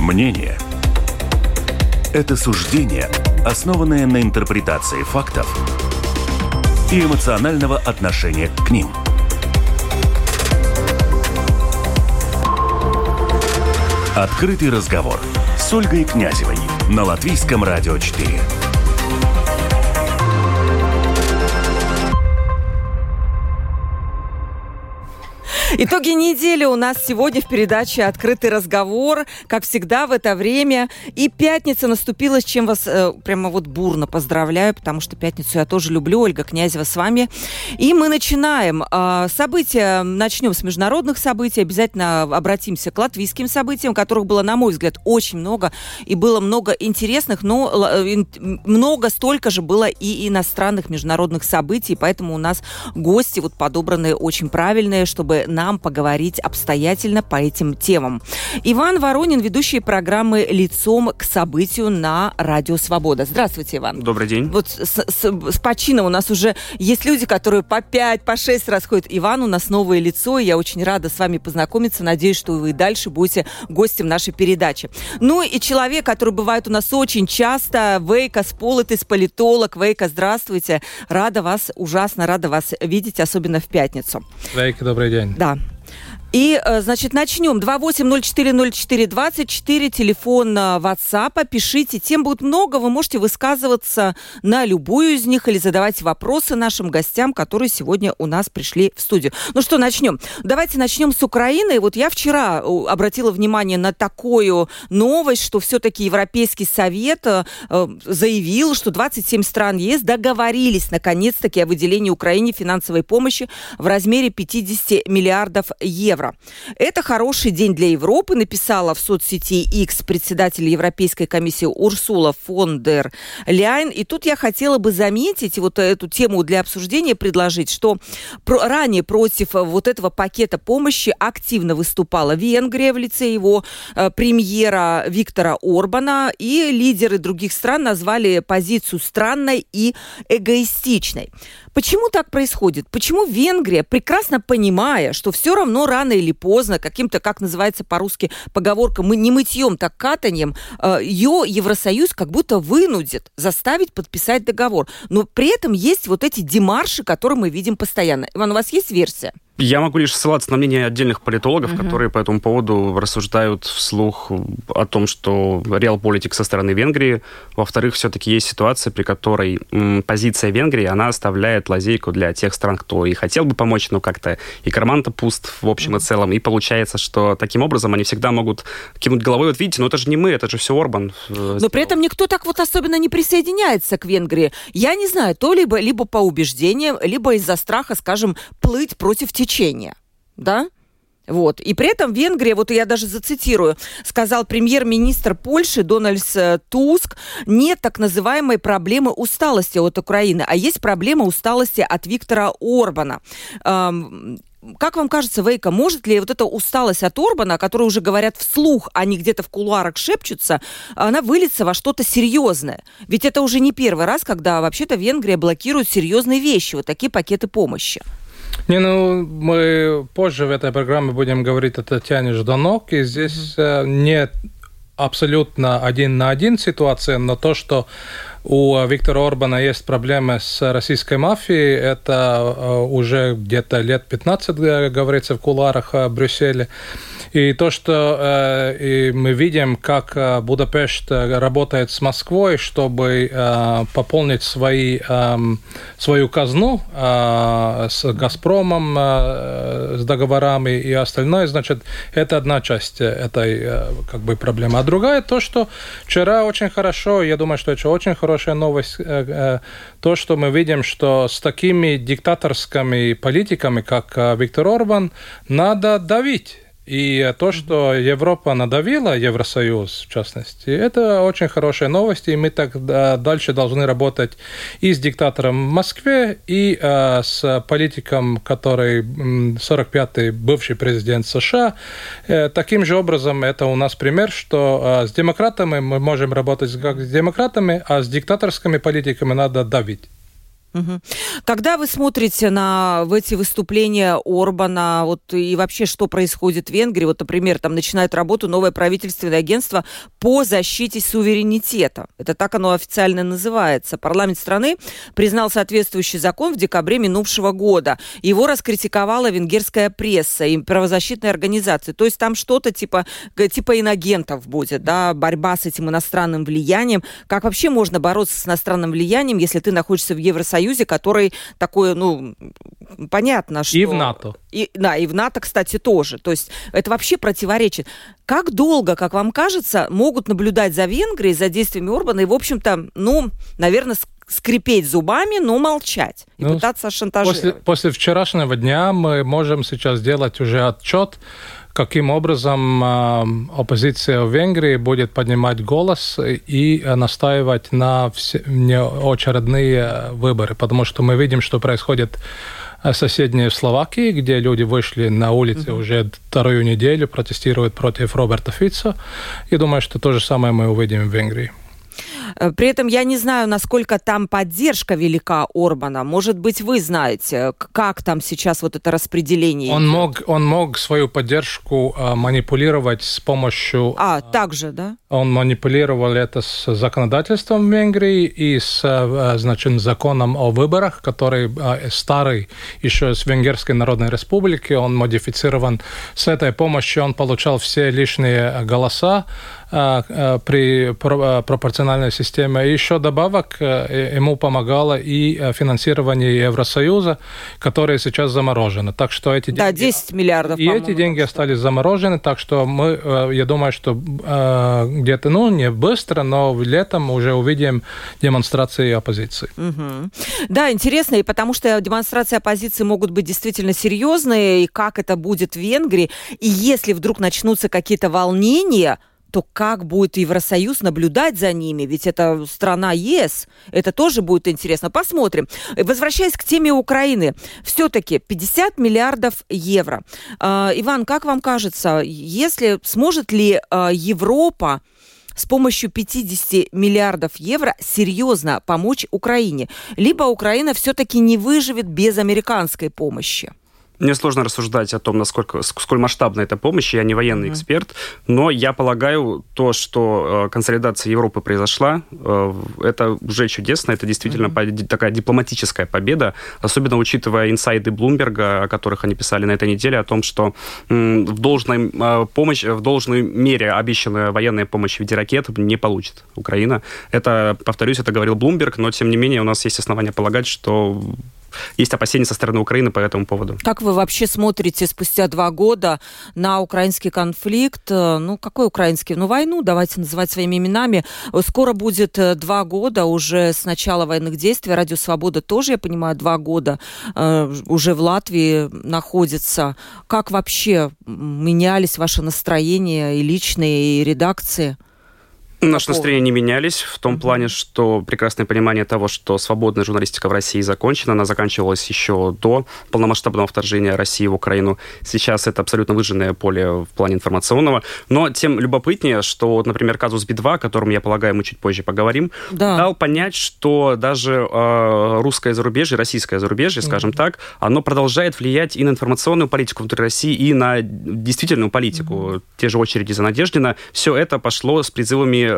Мнение – это суждение, основанное на интерпретации фактов и эмоционального отношения к ним. Открытый разговор с Ольгой Князевой на Латвийском радио 4. Итоги недели у нас сегодня в передаче «Открытый разговор». Как всегда в это время. И пятница наступила, с чем вас прямо вот бурно поздравляю, потому что пятницу я тоже люблю. Ольга Князева с вами. И мы начинаем. События начнем с международных событий. Обязательно обратимся к латвийским событиям, которых было, на мой взгляд, очень много. И было много интересных, но много столько же было и иностранных международных событий. Поэтому у нас гости вот подобранные очень правильные, чтобы нам поговорить обстоятельно по этим темам. Иван Воронин, ведущий программы «Лицом к событию» на Радио Свобода. Здравствуйте, Иван. Добрый день. Вот с почином у нас уже есть люди, которые по 5, по 6 раз ходят. Иван у нас новое лицо, и я очень рада с вами познакомиться. Надеюсь, что вы и дальше будете гостем нашей передачи. Ну и человек, который бывает у нас очень часто, Вейко Сполотис, политолог. Вейко, здравствуйте. Ужасно рада вас видеть, особенно в пятницу. Вейко, добрый день. Да. И, значит, начнем. 28040424, телефон WhatsApp. Пишите, тем будет много. Вы можете высказываться на любую из них или задавать вопросы нашим гостям, которые сегодня у нас пришли в студию. Ну что, начнем. Давайте начнем с Украины. Вот я вчера обратила внимание на такую новость, что все-таки Европейский Совет заявил, что 27 стран ЕС договорились наконец-таки о выделении Украине финансовой помощи в размере 50 миллиардов евро. Это хороший день для Европы, написала в соцсети X председатель Европейской комиссии Урсула фон дер Ляйен. И тут я хотела бы заметить, вот эту тему для обсуждения предложить, что ранее против вот этого пакета помощи активно выступала Венгрия в лице его премьера Виктора Орбана, и лидеры других стран назвали позицию странной и эгоистичной. Почему так происходит? Почему Венгрия, прекрасно понимая, что все равно рано или поздно, каким-то, как называется по-русски поговорка, мы не мытьем, так катаньем, ее Евросоюз как будто вынудит заставить подписать договор. Но при этом есть вот эти демарши, которые мы видим постоянно. Иван, у вас есть версия? Я могу лишь ссылаться на мнение отдельных политологов, которые по этому поводу рассуждают вслух о том, что реалполитик со стороны Венгрии. Во-вторых, все-таки есть ситуация, при которой позиция Венгрии, она оставляет лазейку для тех стран, кто и хотел бы помочь, но как-то и карман-то пуст в общем и целом. И получается, что таким образом они всегда могут кинуть головой. Вот видите, это же не мы, это же все Орбан. Но при этом никто так вот особенно не присоединяется к Венгрии. Я не знаю, то либо по убеждениям, либо из-за страха, скажем, плыть против течения. Да? Вот. И при этом Венгрия, вот я даже зацитирую, сказал премьер-министр Польши Дональд Туск, нет так называемой проблемы усталости от Украины, а есть проблема усталости от Виктора Орбана. Как вам кажется, Вейко, может ли вот эта усталость от Орбана, о которой уже говорят вслух, а не где-то в кулуарах шепчутся, она выльется во что-то серьезное? Ведь это уже не первый раз, когда вообще-то Венгрия блокирует серьезные вещи, вот такие пакеты помощи. Мы позже в этой программе будем говорить о Татьяне Жданок, и здесь нет абсолютно один на один ситуация, но то, что у Виктора Орбана есть проблемы с российской мафией, это уже где-то лет 15, говорится, в кулуарах Брюсселя. И то, что мы видим, как Будапешт работает с Москвой, чтобы пополнить свою казну с «Газпромом», с договорами и остальное, значит, это одна часть этой проблемы. А другая то, что вчера очень хорошо, я думаю, что это очень хорошая новость, то, что мы видим, что с такими диктаторскими политиками, как Виктор Орбан, надо давить. И то, что Европа надавила, Евросоюз в частности, это очень хорошая новость, и мы так дальше должны работать и с диктатором в Москве, и с политиком, который 45-й бывший президент США. Таким же образом, это у нас пример, что с демократами мы можем работать как с демократами, а с диктаторскими политиками надо давить. Когда вы смотрите в эти выступления Орбана, вот и вообще, что происходит в Венгрии, вот, например, там начинает работу новое правительственное агентство по защите суверенитета. Это так оно официально называется. Парламент страны признал соответствующий закон в декабре минувшего года. Его раскритиковала венгерская пресса и правозащитные организации. То есть там что-то типа инагентов будет, да, борьба с этим иностранным влиянием. Как вообще можно бороться с иностранным влиянием, если ты находишься в Евросоюзе, который такой, понятно, что... И в НАТО. И в НАТО, кстати, тоже. То есть это вообще противоречит. Как долго, как вам кажется, могут наблюдать за Венгрией, за действиями Орбана и, в общем-то, наверное, скрипеть зубами, но молчать и пытаться шантажировать? После вчерашнего дня мы можем сейчас делать уже отчет, каким образом оппозиция в Венгрии будет поднимать голос и настаивать на внеочередные выборы. Потому что мы видим, что происходит в соседней Словакии, где люди вышли на улицы уже вторую неделю, протестируют против Роберта Фицо. И думаю, что то же самое мы увидим в Венгрии. При этом я не знаю, насколько там поддержка велика Орбана. Может быть, вы знаете, как там сейчас вот это распределение? Он мог свою поддержку манипулировать с помощью... также, да? Он манипулировал это с законодательством в Венгрии и с законом о выборах, который старый еще с Венгерской Народной Республики. Он модифицирован. С этой помощью он получал все лишние голоса при пропорциональной системе. И еще добавок ему помогало и финансирование Евросоюза, которое сейчас заморожено. Так что эти деньги... 10 миллиардов, и эти деньги остались заморожены, так что я думаю, что где-то, не быстро, но летом уже увидим демонстрации оппозиции. Да, интересно, и потому что демонстрации оппозиции могут быть действительно серьезные, и как это будет в Венгрии, и если вдруг начнутся какие-то волнения, то как будет Евросоюз наблюдать за ними? Ведь это страна ЕС. Это тоже будет интересно. Посмотрим. Возвращаясь к теме Украины. Все-таки 50 миллиардов евро. Иван, как вам кажется, сможет ли Европа с помощью 50 миллиардов евро серьезно помочь Украине? Либо Украина все-таки не выживет без американской помощи? Мне сложно рассуждать о том, сколь масштабна эта помощь. Я не военный эксперт, но я полагаю, то, что консолидация Европы произошла, это уже чудесно. Это действительно такая дипломатическая победа, особенно учитывая инсайды Блумберга, о которых они писали на этой неделе, о том, что в должной мере обещанная военная помощь в виде ракет не получит Украина. Это, повторюсь, это говорил Блумберг, но, тем не менее, у нас есть основания полагать, что есть опасения со стороны Украины по этому поводу. Как вы вообще смотрите спустя 2 года на украинский конфликт? Какой украинский? Войну, давайте называть своими именами. Скоро будет 2 года уже с начала военных действий. Радио «Свобода» тоже, я понимаю, 2 года уже в Латвии находится. Как вообще менялись ваши настроения и личные, и редакции? Наши настроения не менялись в том плане, что прекрасное понимание того, что свободная журналистика в России закончена, она заканчивалась еще до полномасштабного вторжения России в Украину. Сейчас это абсолютно выжженное поле в плане информационного. Но тем любопытнее, что, например, казус Би-2, о котором, я полагаю, мы чуть позже поговорим, дал понять, что даже русское зарубежье, российское зарубежье, скажем так, оно продолжает влиять и на информационную политику внутри России, и на действительную политику. Те же очереди за Надеждина. Все это пошло с призывами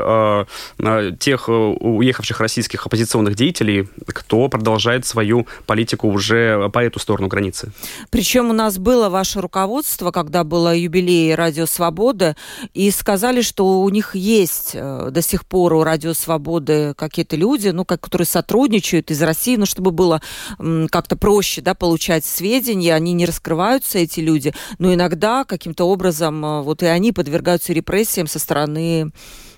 тех уехавших российских оппозиционных деятелей, кто продолжает свою политику уже по эту сторону границы. Причем у нас было ваше руководство, когда было юбилей Радио Свободы, и сказали, что у них есть до сих пор у Радио Свободы какие-то люди, которые сотрудничают из России, чтобы было как-то проще, получать сведения, они не раскрываются, эти люди, но иногда каким-то образом и они подвергаются репрессиям со стороны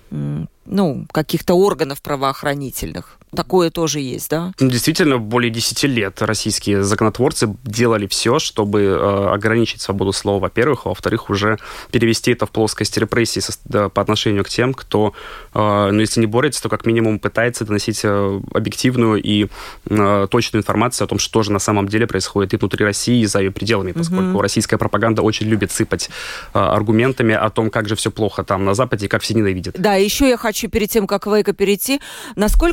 каких-то органов правоохранительных. Такое тоже есть, да? Действительно, более 10 лет российские законотворцы делали все, чтобы ограничить свободу слова, во-первых, а во-вторых, уже перевести это в плоскость репрессий по отношению к тем, кто, если не борется, то как минимум пытается доносить объективную и точную информацию о том, что же на самом деле происходит и внутри России, и за ее пределами, поскольку российская пропаганда очень любит сыпать аргументами о том, как же все плохо там на Западе и как все ненавидят. Да, еще я хочу перед тем, как Вейка перейти, насколько, как вам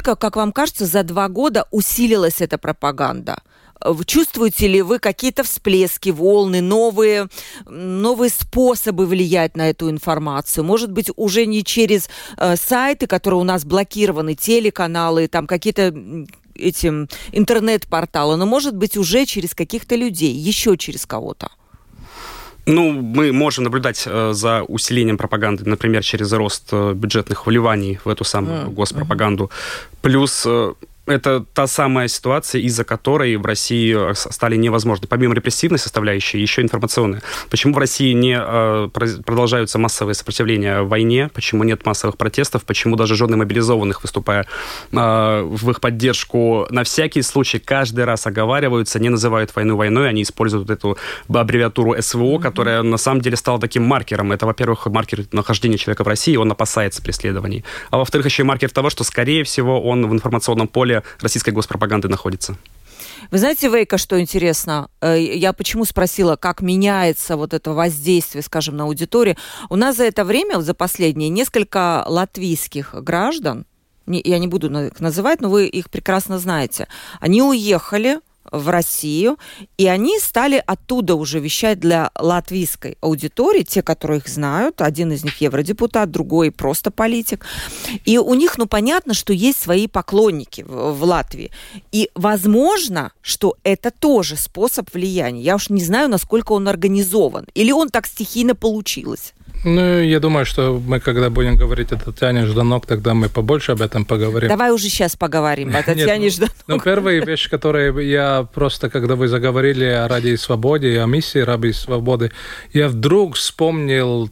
вам кажется, за 2 года усилилась эта пропаганда? Чувствуете ли вы какие-то всплески, волны, новые способы влиять на эту информацию? Может быть, уже не через сайты, которые у нас блокированы, телеканалы, там какие-то интернет-порталы, но, может быть, уже через каких-то людей, еще через кого-то? Мы можем наблюдать за усилением пропаганды, например, через рост бюджетных вливаний в эту самую госпропаганду. Плюс это та самая ситуация, из-за которой в России стали невозможны, помимо репрессивной составляющей, еще информационная. Почему в России не продолжаются массовые сопротивления в войне, почему нет массовых протестов, почему даже жены мобилизованных, выступая в их поддержку, на всякий случай каждый раз оговариваются, не называют войну войной, они используют эту аббревиатуру СВО, которая на самом деле стала таким маркером. Это, во-первых, маркер нахождения человека в России, он опасается преследований. А во-вторых, еще и маркер того, что, скорее всего, он в информационном поле российской госпропаганды находится. Вы знаете, Вейка, что интересно? Я почему спросила, как меняется вот это воздействие, скажем, на аудиторию. У нас за это время, за последние, несколько латвийских граждан, я не буду их называть, но вы их прекрасно знаете, они уехали в Россию, и они стали оттуда уже вещать для латвийской аудитории, те, которые их знают. Один из них евродепутат, другой просто политик. И у них, понятно, что есть свои поклонники в Латвии. И возможно, что это тоже способ влияния. Я уж не знаю, насколько он организован. Или он так стихийно получилось. Я думаю, что мы, когда будем говорить о Татьяне Жданок, тогда мы побольше об этом поговорим. Давай уже сейчас поговорим о Татьяне Жданок. Первая вещь, которую я просто, когда вы заговорили о Радио Свободе и о миссии Радио Свободы, я вдруг вспомнил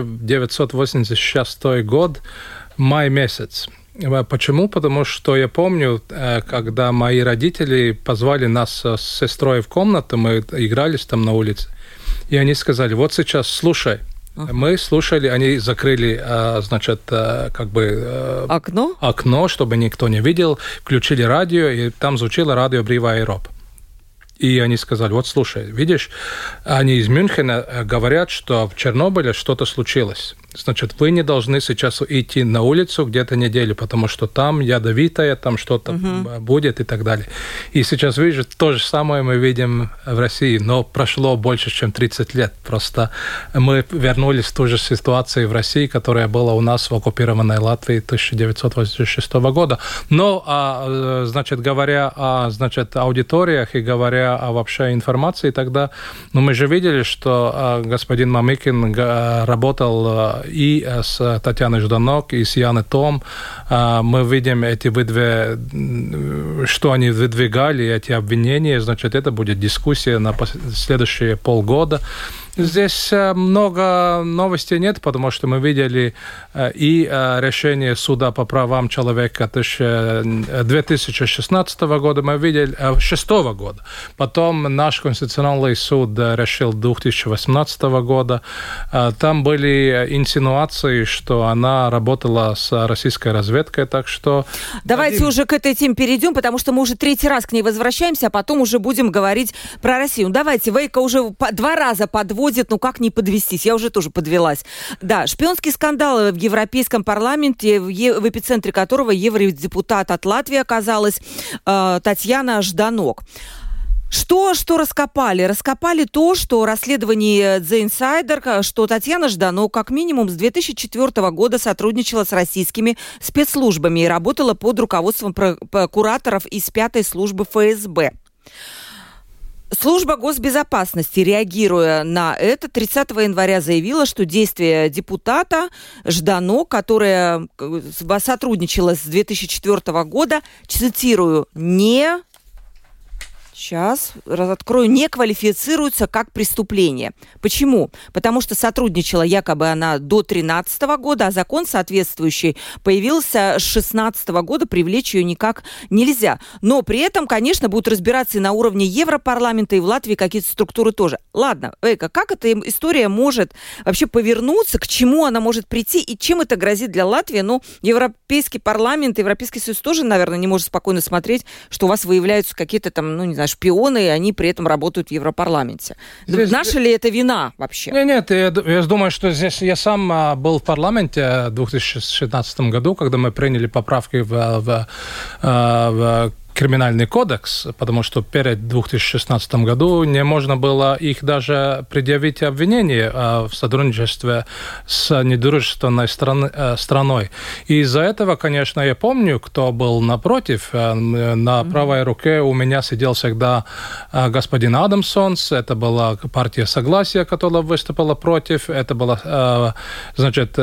1986 год, май месяц. Почему? Потому что я помню, когда мои родители позвали нас с сестрой в комнату, мы игрались там на улице, и они сказали, вот сейчас слушай. Мы слушали, они закрыли, окно, чтобы никто не видел, включили радио, и там звучало радио «Брива Европа». И они сказали, вот слушай, видишь, они из Мюнхена говорят, что в Чернобыле что-то случилось. Значит, вы не должны сейчас идти на улицу где-то неделю, потому что там ядовитое, там что-то будет и так далее. И сейчас, видишь, то же самое мы видим в России, но прошло больше, чем 30 лет. Просто мы вернулись в ту же ситуацию в России, которая была у нас в оккупированной Латвии 1986 года. Но, говоря о аудиториях и говоря о вообще информации, тогда мы же видели, что господин Мамыкин работал и с Татьяной Жданок, и с Яной Том. Мы видим что они выдвигали, эти обвинения. Значит, это будет дискуссия на следующие полгода. Здесь много новостей нет, потому что мы видели и решение суда по правам человека 2016 года, мы видели 2006 года. Потом наш Конституционный суд решил 2018 года. Там были инсинуации, что она работала с российской разведкой, так что... Давайте уже к этой теме перейдем, потому что мы уже 3-й раз к ней возвращаемся, а потом уже будем говорить про Россию. Давайте, Вейка уже 2 раза подводит, как не подвестись? Я уже тоже подвелась. Да, шпионские скандалы в Европейском парламенте, в эпицентре которого евродепутат от Латвии оказалась Татьяна Жданок. Что раскопали? Раскопали то, что расследование The Insider, что Татьяна Жданок как минимум с 2004 года сотрудничала с российскими спецслужбами и работала под руководством кураторов из 5-й службы ФСБ. Служба госбезопасности, реагируя на это, 30 января заявила, что действия депутата Жданок, которая сотрудничала с 2004 года, цитирую, не квалифицируются как преступление. Почему? Потому что сотрудничала якобы она до 2013 года, а закон соответствующий появился с 2016 года, привлечь ее никак нельзя. Но при этом, конечно, будут разбираться и на уровне Европарламента, и в Латвии какие-то структуры тоже. Ладно, Эйка, как эта история может вообще повернуться, к чему она может прийти, и чем это грозит для Латвии? Европейский парламент, Европейский Союз тоже, наверное, не может спокойно смотреть, что у вас выявляются какие-то там, знаю, шпионы, и они при этом работают в Европарламенте. Наша ли это вина вообще? Нет, я думаю, что здесь я сам был в парламенте в 2016 году, когда мы приняли поправки в Криминальный кодекс, потому что перед 2016 году не можно было их даже предъявить обвинение в сотрудничестве с недружественной страной. И из-за этого, конечно, я помню, кто был напротив. На правой руке у меня сидел всегда господин Адамсонс. Это была партия Согласия, которая выступила против. Это была, значит,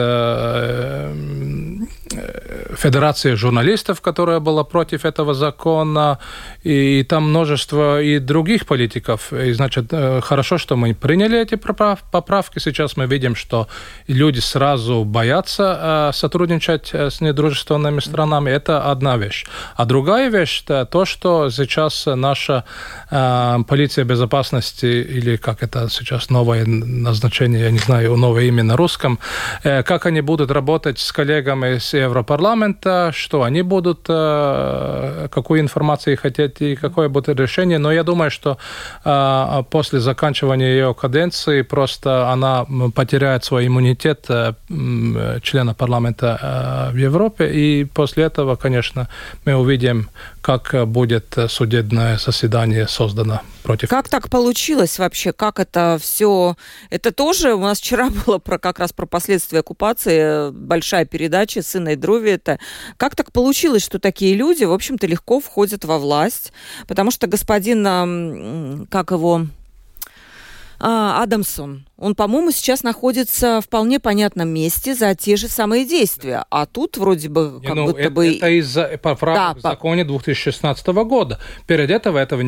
Федерация журналистов, которая была против этого закона. И там множество и других политиков. И, значит, хорошо, что мы приняли эти поправки. Сейчас мы видим, что люди сразу боятся сотрудничать с недружественными странами. Это одна вещь. А другая вещь – это то, что сейчас наша полиция безопасности, или как это сейчас новое назначение, я не знаю, новое имя на русском, как они будут работать с коллегами с Европарламента, что они будут, какую информацию хотят и какое будет решение. Но я думаю, что после заканчивания ее каденции просто она потеряет свой иммунитет члена парламента в Европе. И после этого, конечно, мы увидим, как будет судебное заседание создано против. Как так получилось вообще? Как это все? Это тоже у нас вчера было как раз про последствия оккупации, большая передача с Инной Дрови. Как так получилось, что такие люди, в общем-то, легко входят во власть? Потому что господин, как его, Адамсон, он, по-моему, сейчас находится в вполне понятном месте за те же самые действия. А тут вроде бы как будто бы... Это из-за поправок в законе 2016 года. Перед этого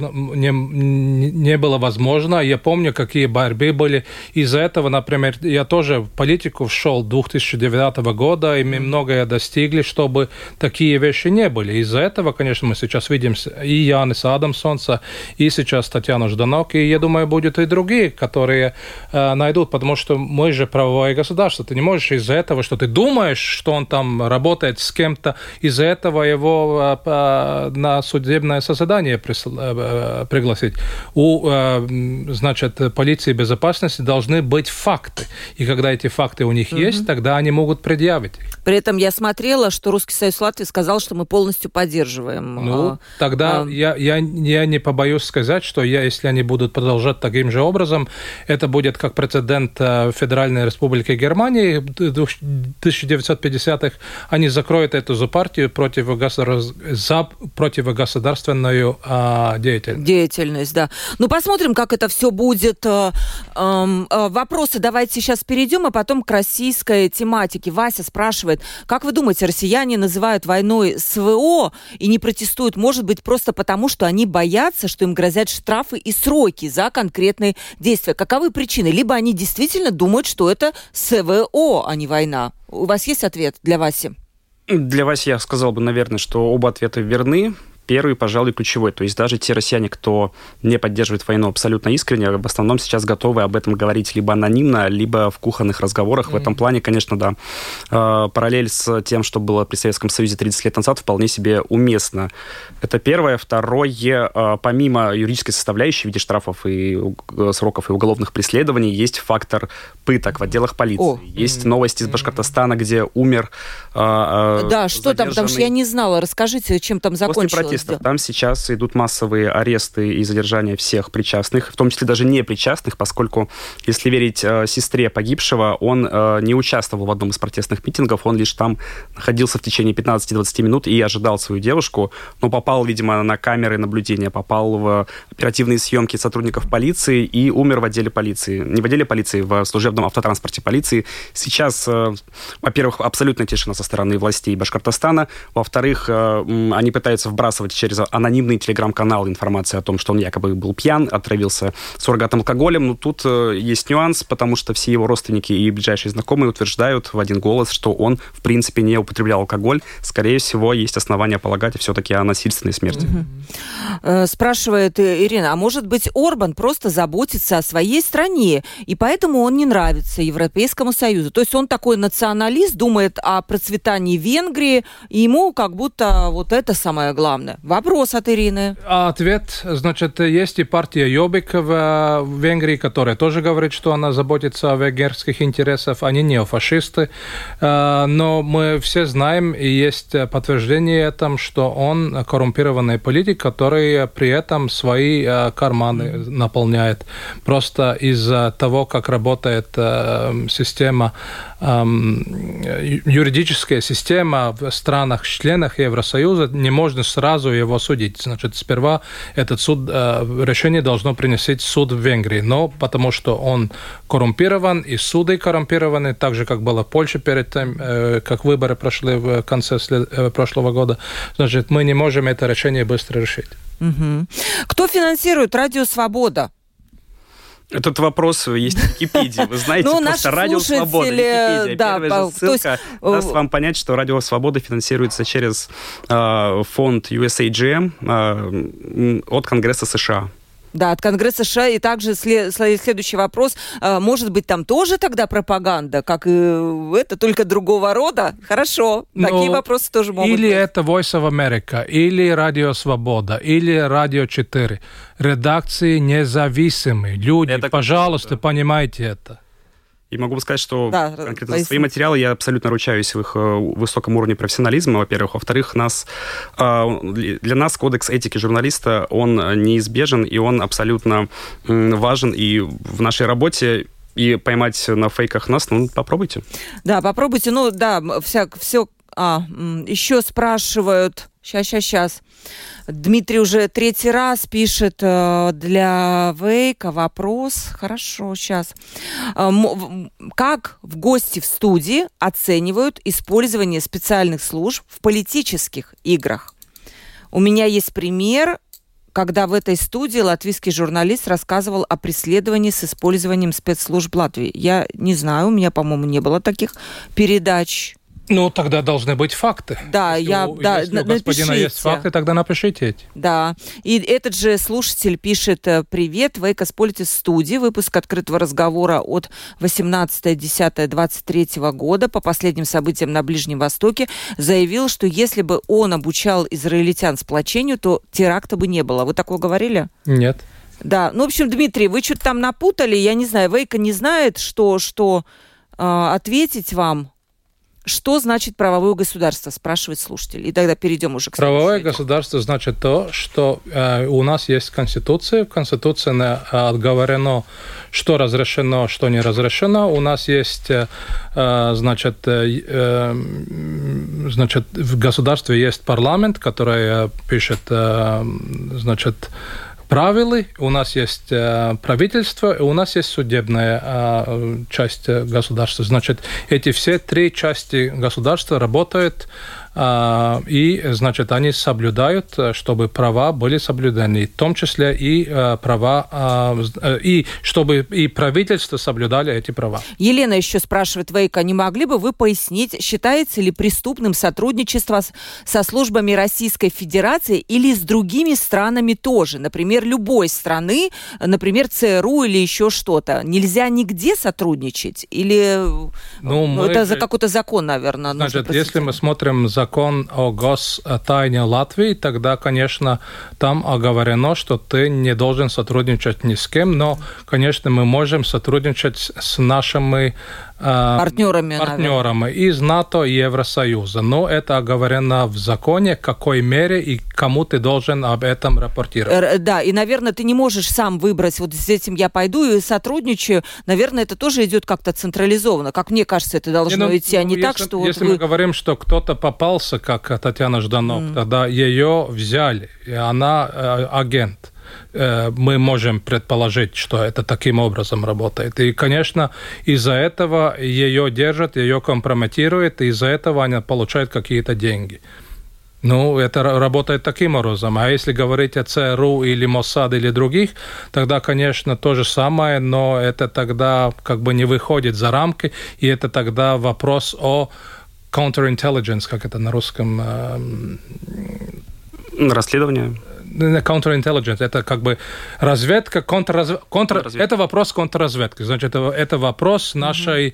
не было возможно. Я помню, какие борьбы были. Из-за этого, например, я тоже в политику вшел 2009 года, и мы многое достигли, чтобы такие вещи не были. Из-за этого, конечно, мы сейчас видим и Яниса Адамсонса, и сейчас Татьяну Жданок, и, я думаю, будут и другие, которые найдут, потому что мы же правовое государство. Ты не можешь из-за этого, что ты думаешь, что он там работает с кем-то, из-за этого его на судебное заседание пригласить. У, значит, полиции безопасности должны быть факты. И когда эти факты у них есть, тогда они могут предъявить. При этом я смотрела, что Русский Союз Латвии сказал, что мы полностью поддерживаем. Ну, тогда я не побоюсь сказать, что если они будут продолжать таким же образом, это будет как прецедент Федеральной Республики Германии в 1950-х. Они закроют эту же партию за противогосударственную деятельность. Да. Ну, посмотрим, как это все будет. Вопросы давайте сейчас перейдем, а потом к российской тематике. Вася спрашивает, как вы думаете, россияне называют войной СВО и не протестуют, может быть, просто потому, что они боятся, что им грозят штрафы и сроки за конкретные действия? Каковы причины? Либо они действительно думают, что это СВО, а не война. У вас есть ответ для Васи? Для Васи я сказал бы, наверное, что оба ответа верны. Первый, пожалуй, ключевой. То есть даже те россияне, кто не поддерживает войну абсолютно искренне, в основном сейчас готовы об этом говорить либо анонимно, либо в кухонных разговорах. В этом плане, конечно, да, параллель с тем, что было при Советском Союзе 30 лет назад, вполне себе уместно. Это первое. Второе, помимо юридической составляющей в виде штрафов и сроков и уголовных преследований, есть фактор пыток в отделах полиции. Есть новости из Башкортостана, где умер да, что там? Потому что я не знала. Расскажите, чем там закончилось. Там сейчас идут массовые аресты и задержания всех причастных, в том числе даже не причастных, поскольку, если верить сестре погибшего, он не участвовал в одном из протестных митингов, он лишь там находился в течение 15-20 минут и ожидал свою девушку, но попал, видимо, на камеры наблюдения, попал в оперативные съемки сотрудников полиции и умер в отделе полиции. Не в отделе полиции, в служебном автотранспорте полиции. Сейчас, во-первых, абсолютная тишина со стороны властей Башкортостана, во-вторых, они пытаются вбрасывать через анонимный телеграм-канал информацию о том, что он якобы был пьян, отравился суррогатным алкоголем. Но тут есть нюанс, потому что все его родственники и ближайшие знакомые утверждают в один голос, что он, в принципе, не употреблял алкоголь. Скорее всего, есть основания полагать все-таки о насильственной смерти. Спрашивает Ирина, а может быть, Орбан просто заботится о своей стране, и поэтому он не нравится Европейскому Союзу? То есть он такой националист, думает о процветании Венгрии, и ему как будто вот это самое главное. Ирина. Вопрос от Ирины. Ответ, значит, есть и партия Jobbik в Венгрии, которая тоже говорит, что она заботится о венгерских интересах. Они неофашисты. Но мы все знаем, и есть подтверждение этому, что он коррумпированный политик, который при этом свои карманы наполняет. Просто из-за того, как работает система, юридическая система в странах-членах Евросоюза, не можно сразу его судить. Значит, сперва этот решение должно принести суд в Венгрии. Но потому что он коррумпирован, и суды коррумпированы, так же, как было в Польше перед тем, как выборы прошли в конце прошлого года, значит, мы не можем это решение быстро решить. Угу. Кто финансирует Радио Свобода? Этот вопрос есть в Википедии. Вы знаете, просто Радио Свобода, Википедия. Да, первая же ссылка даст вам понять, что Радио Свобода финансируется через фонд USAGM от Конгресса США. Да, от Конгресса США. И также следующий вопрос. Может быть, там тоже тогда пропаганда, как и это, только другого рода? Хорошо, такие вопросы тоже могут быть. Или это Voice of America, или Радио Свобода, или Радио 4. Редакции независимые. Люди, это, пожалуйста, понимайте это. И могу сказать, что конкретно за свои материалы я абсолютно ручаюсь в их высоком уровне профессионализма, во-первых. Во-вторых, для нас кодекс этики журналиста, он неизбежен, и он абсолютно важен и в нашей работе. И поймать на фейках нас, попробуйте. Да, попробуйте. Еще спрашивают... Сейчас. Дмитрий уже третий раз пишет для Вейка вопрос. Хорошо, сейчас. Как в гости в студии оценивают использование специальных служб в политических играх? У меня есть пример, когда в этой студии латвийский журналист рассказывал о преследовании с использованием спецслужб Латвии. Я не знаю, у меня, по-моему, не было таких передач. Тогда должны быть факты. Да, если у господина есть факты, тогда напишите эти. Да. И этот же слушатель пишет: «Привет, Вейка Сполитис в студии. Выпуск открытого разговора от 18.10.23 года по последним событиям на Ближнем Востоке заявил, что если бы он обучал израильтян сплочению, то теракта бы не было». Вы такое говорили? Нет. Да. В общем, Дмитрий, вы что-то там напутали. Я не знаю, Вейка не знает, что ответить вам. Что значит правовое государство, спрашивает слушатель. И тогда перейдем уже к следующему. Правовое государство значит то, что у нас есть Конституция. В Конституции отговорено, что разрешено, что не разрешено. У нас есть, значит, в государстве есть парламент, который пишет, значит, правила, у нас есть правительство, и у нас есть судебная часть государства. Значит, эти все три части государства работают, и, значит, они соблюдают, чтобы права были соблюдены, в том числе и права, и чтобы и правительство соблюдали эти права. Елена еще спрашивает, Вейка, не могли бы вы пояснить, считается ли преступным сотрудничество со службами Российской Федерации или с другими странами тоже? Например, любой страны, например, ЦРУ или еще что-то. Нельзя нигде сотрудничать? Или это за какой-то закон, наверное? Значит, если мы смотрим закон о гостайне Латвии, тогда, конечно, там оговорено, что ты не должен сотрудничать ни с кем, но, конечно, мы можем сотрудничать с нашими партнерами из НАТО и Евросоюза. Но это оговорено в законе, в какой мере и кому ты должен об этом рапортировать. Да, и, наверное, ты не можешь сам выбрать, вот с этим я пойду и сотрудничаю. Наверное, это тоже идет как-то централизованно. Как мне кажется, это должно идти, а не так, что... Если мы говорим, что кто-то попался, как Татьяна Жданок, тогда ее взяли, и она агент. Мы можем предположить, что это таким образом работает. И, конечно, из-за этого ее держат, ее компрометируют, и из-за этого она получает какие-то деньги. Это работает таким образом. А если говорить о ЦРУ или Моссад или других, тогда, конечно, то же самое, но это тогда как бы не выходит за рамки, и это тогда вопрос о counterintelligence, как это на русском... Расследование. counterintelligence, это как бы разведка, это вопрос контрразведки. Значит, это вопрос нашей,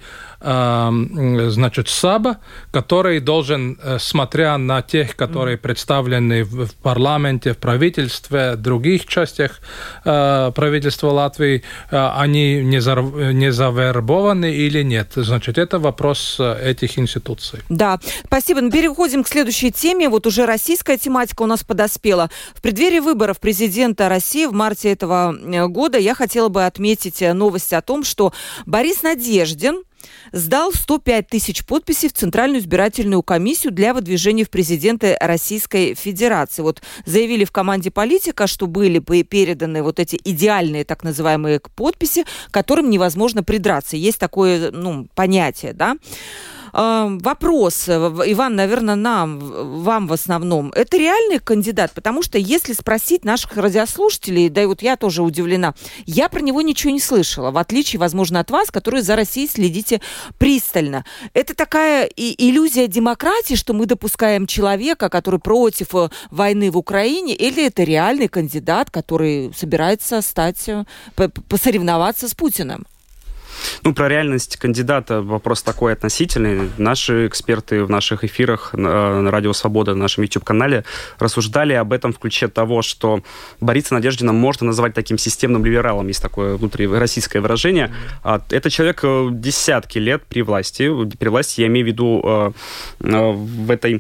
значит, САБа, который должен, смотря на тех, которые представлены в парламенте, в правительстве, в других частях правительства Латвии, они не завербованы или нет. Значит, это вопрос этих институций. Да, спасибо. Переходим к следующей теме. Вот уже российская тематика у нас подоспела. В преддверии выборов президента России в марте этого года я хотела бы отметить новость о том, что Борис Надеждин сдал 105 тысяч подписей в Центральную избирательную комиссию для выдвижения в президенты Российской Федерации. Вот заявили в команде «Политика», что были переданы вот эти идеальные так называемые подписи, к которым невозможно придраться. Есть такое, понятие, да? Вопрос, Иван, наверное, вам в основном. Это реальный кандидат? Потому что если спросить наших радиослушателей, да и вот я тоже удивлена, я про него ничего не слышала, в отличие, возможно, от вас, которые за Россией следите пристально. Это такая иллюзия демократии, что мы допускаем человека, который против войны в Украине, или это реальный кандидат, который собирается посоревноваться с Путиным? Про реальность кандидата вопрос такой относительный. Наши эксперты в наших эфирах на Радио Свобода, на нашем YouTube-канале рассуждали об этом в ключе того, что Бориса Надеждина можно назвать таким системным либералом. Есть такое внутрироссийское выражение. Это человек десятки лет при власти. При власти я имею в виду в этой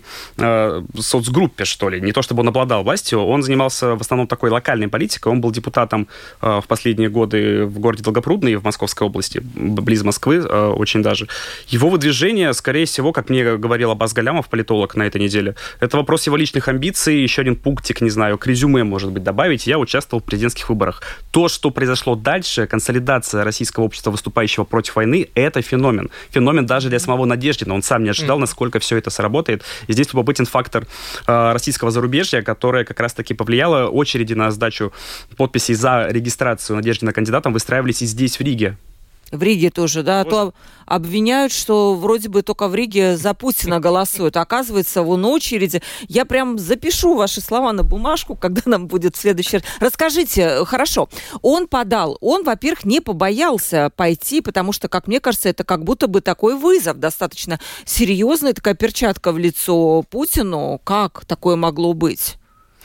соцгруппе, что ли. Не то, чтобы он обладал властью. Он занимался в основном такой локальной политикой. Он был депутатом в последние годы в городе Долгопрудный в Московской области, близ Москвы, очень даже. Его выдвижение, скорее всего, как мне говорил Аббас Галямов, политолог, на этой неделе, это вопрос его личных амбиций, еще один пунктик, не знаю, к резюме, может быть, добавить. Я участвовал в президентских выборах. То, что произошло дальше, консолидация российского общества, выступающего против войны, это феномен. Феномен даже для самого Надеждина. Он сам не ожидал, насколько все это сработает. И здесь любопытен фактор российского зарубежья, которое как раз-таки повлияло. Очереди на сдачу подписей за регистрацию Надеждина кандидатом выстраивались и здесь, в Риге. В Риге тоже, да? А то обвиняют, что вроде бы только в Риге за Путина голосуют. Оказывается, вон очереди. Я прям запишу ваши слова на бумажку, когда нам будет в следующий раз. Расскажите, хорошо, он, во-первых, не побоялся пойти, потому что, как мне кажется, это как будто бы такой вызов достаточно серьезный, такая перчатка в лицо Путину. Как такое могло быть?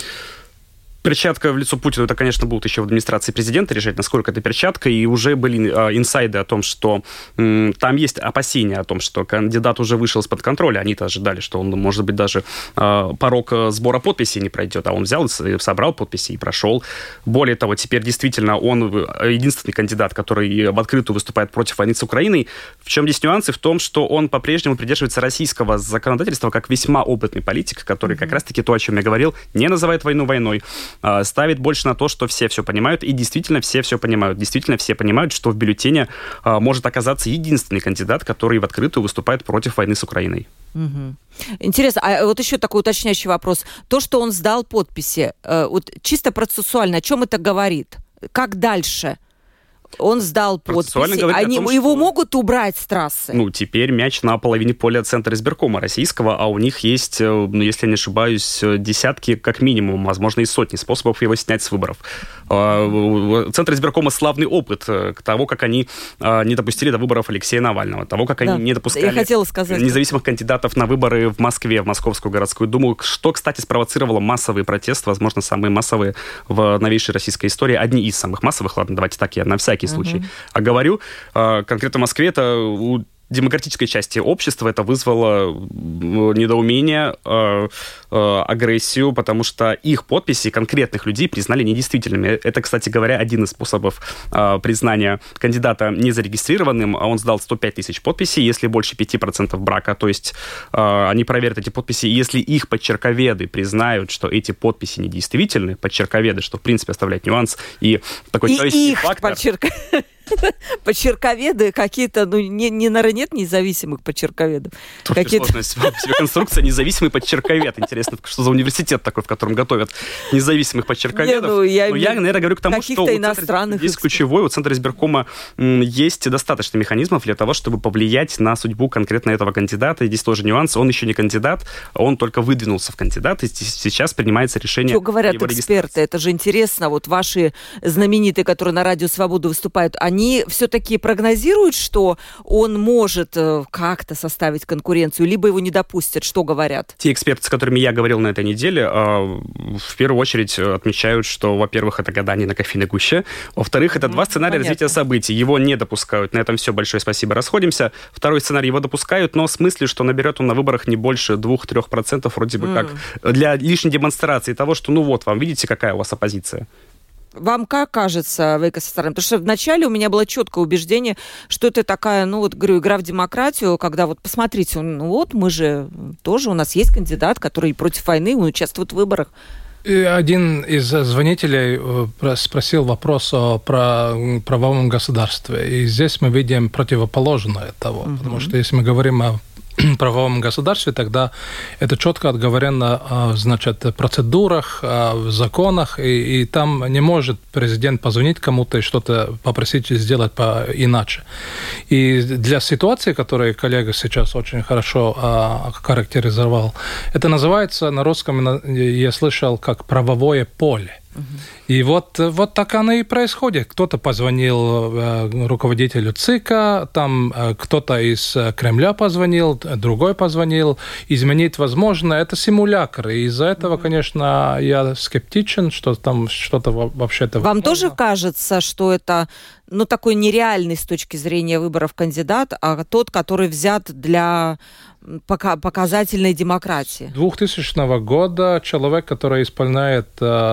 Перчатка в лицо Путину, это, конечно, будут еще в администрации президента решать, насколько это перчатка, и уже были инсайды о том, что там есть опасения о том, что кандидат уже вышел из-под контроля. Они-то ожидали, что он, может быть, даже порог сбора подписей не пройдет, а он взял и собрал подписи и прошел. Более того, теперь действительно он единственный кандидат, который в открытую выступает против войны с Украиной. В чем здесь нюансы? В том, что он по-прежнему придерживается российского законодательства как весьма опытный политик, который как раз-таки то, о чем я говорил, не называет войну войной, ставит больше на то, что все понимают, и действительно все понимают. Действительно все понимают, что в бюллетене может оказаться единственный кандидат, который в открытую выступает против войны с Украиной. Угу. Интересно, а вот еще такой уточняющий вопрос. То, что он сдал подписи, вот чисто процессуально, о чем это говорит? Как дальше? Он сдал подписи. Его могут убрать с трассы? Теперь мяч на половине поля Центра избиркома российского, а у них есть, если я не ошибаюсь, десятки, как минимум, возможно, и сотни способов его снять с выборов. Центр избиркома славный опыт того, как они не допустили до выборов Алексея Навального, того, как они не допускали независимых кандидатов на выборы в Москве, в Московскую городскую думу, что, кстати, спровоцировало массовый протест, возможно, самые массовые в новейшей российской истории, одни из самых массовых, ладно, давайте так, я на всякий случай. А говорю, конкретно в Москве это у демократической части общества это вызвало недоумение, агрессию, потому что их подписи конкретных людей признали недействительными. Это, кстати говоря, один из способов признания кандидата незарегистрированным. Он сдал 105 тысяч подписей, если больше 5% брака. То есть они проверят эти подписи, и если их подчерковеды признают, что эти подписи недействительны, подчерковеды, что, в принципе, оставляет нюанс, и такой человеческий фактор... Почерковеды какие-то, наверное, нет независимых почерковедов. Сложная себе конструкция независимый почерковед. Интересно, что за университет такой, в котором готовят независимых почерковедов. Я, наверное, говорю к тому, что здесь ключевой, у Центра избиркома есть достаточно механизмов для того, чтобы повлиять на судьбу конкретно этого кандидата. И здесь тоже нюанс. Он еще не кандидат, он только выдвинулся в кандидат, и сейчас принимается решение. Что говорят эксперты? Это же интересно. Вот ваши знаменитые, которые на Радио Свобода выступают, они все-таки прогнозируют, что он может как-то составить конкуренцию, либо его не допустят? Что говорят? Те эксперты, с которыми я говорил на этой неделе, в первую очередь отмечают, что, во-первых, это гадание на кофейной гуще, во-вторых, это два сценария развития событий. Его не допускают. На этом все. Большое спасибо. Расходимся. Второй сценарий его допускают, но в смысле, что наберет он на выборах не больше 2-3%, вроде бы как, для лишней демонстрации того, что, вам видите, какая у вас оппозиция. Вам как кажется, Вейко Састарян? Потому что вначале у меня было четкое убеждение, что это такая, говорю, игра в демократию, когда посмотрите, мы же тоже, у нас есть кандидат, который против войны, он участвует в выборах. И один из звонителей спросил вопрос о правовом государстве. И здесь мы видим противоположное того. Потому что если мы говорим о правовом государстве, тогда это четко отговорено в процедурах, в законах, и там не может президент позвонить кому-то и что-то попросить сделать иначе. И для ситуации, которую коллега сейчас очень хорошо характеризовал, это называется на русском, я слышал, как правовое поле. И вот так оно и происходит. Кто-то позвонил руководителю ЦИКа, там кто-то из Кремля позвонил, другой позвонил. Изменить возможно. Это симулятор. И из-за этого, конечно, я скептичен, что там что-то вообще-то... Вам тоже кажется, что это такой нереальный с точки зрения выборов кандидат, а тот, который взят для показательной демократии? 2000 года человек, который исполняет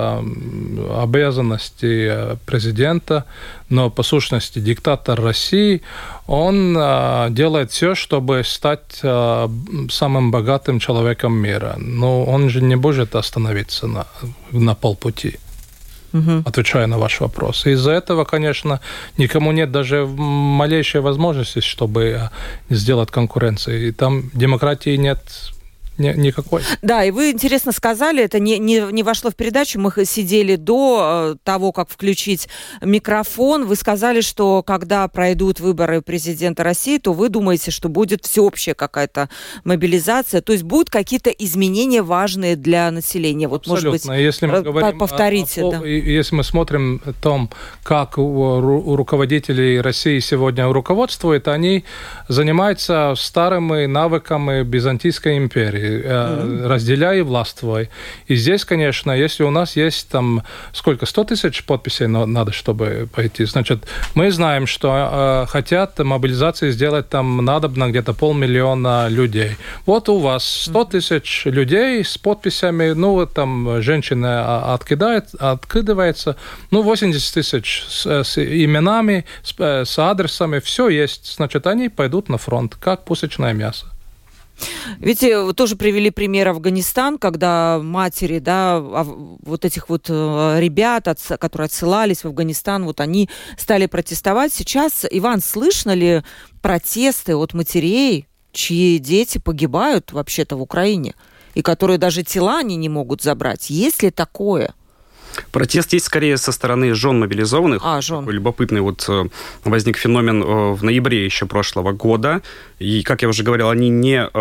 обязанности президента, но по сущности диктатор России, он делает все, чтобы стать самым богатым человеком мира. Но он же не может остановиться на полпути. Отвечая на ваш вопрос. Из-за этого, конечно, никому нет даже малейшей возможности, чтобы сделать конкуренцию. И там демократии нет никакой. Да, и вы интересно сказали, это не вошло в передачу, мы сидели до того, как включить микрофон. Вы сказали, что когда пройдут выборы президента России, то вы думаете, что будет всеобщая какая-то мобилизация, то есть будут какие-то изменения важные для населения. Вот, абсолютно. Может быть, если мы говорим повторите. Если мы смотрим о том, как у руководителей России сегодня руководствуют, они занимаются старыми навыками Византийской империи. Разделяй и властвуй. И здесь, конечно, если у нас есть там 100 тысяч подписей надо, чтобы пойти, значит, мы знаем, что хотят мобилизации сделать там надобно где-то 500 000 людей. Вот у вас 100 тысяч людей с подписями, там женщина откидывается, 80 тысяч с именами, с адресами, все есть. Значит, они пойдут на фронт, как пушечное мясо. Видите, вы тоже привели пример Афганистан, когда матери, вот этих ребят, которые отсылались в Афганистан, они стали протестовать. Сейчас, Иван, слышно ли протесты от матерей, чьи дети погибают вообще-то в Украине, и которые даже тела они не могут забрать? Есть ли такое? Протест есть скорее со стороны жен мобилизованных. Жен. Такой любопытный возник феномен в ноябре еще прошлого года. И, как я уже говорил, они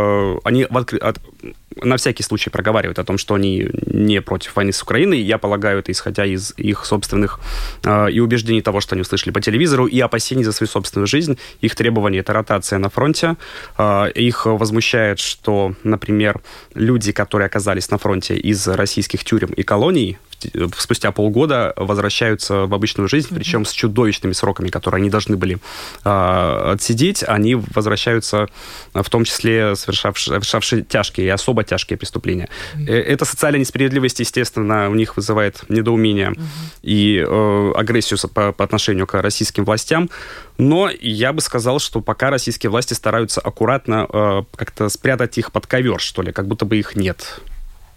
на всякий случай проговаривают о том, что они не против войны с Украиной. Я полагаю, это исходя из их собственных и убеждений того, что они услышали по телевизору, и опасений за свою собственную жизнь. Их требование – это ротация на фронте. Их возмущает, что, например, люди, которые оказались на фронте из российских тюрем и колоний, спустя полгода возвращаются в обычную жизнь, причем с чудовищными сроками, которые они должны были отсидеть. Они возвращаются, в том числе совершавшие тяжкие и особо тяжкие преступления. Эта социальная несправедливость, естественно, у них вызывает недоумение и агрессию по отношению к российским властям. Но я бы сказал, что пока российские власти стараются аккуратно как-то спрятать их под ковер, что ли, как будто бы их нет.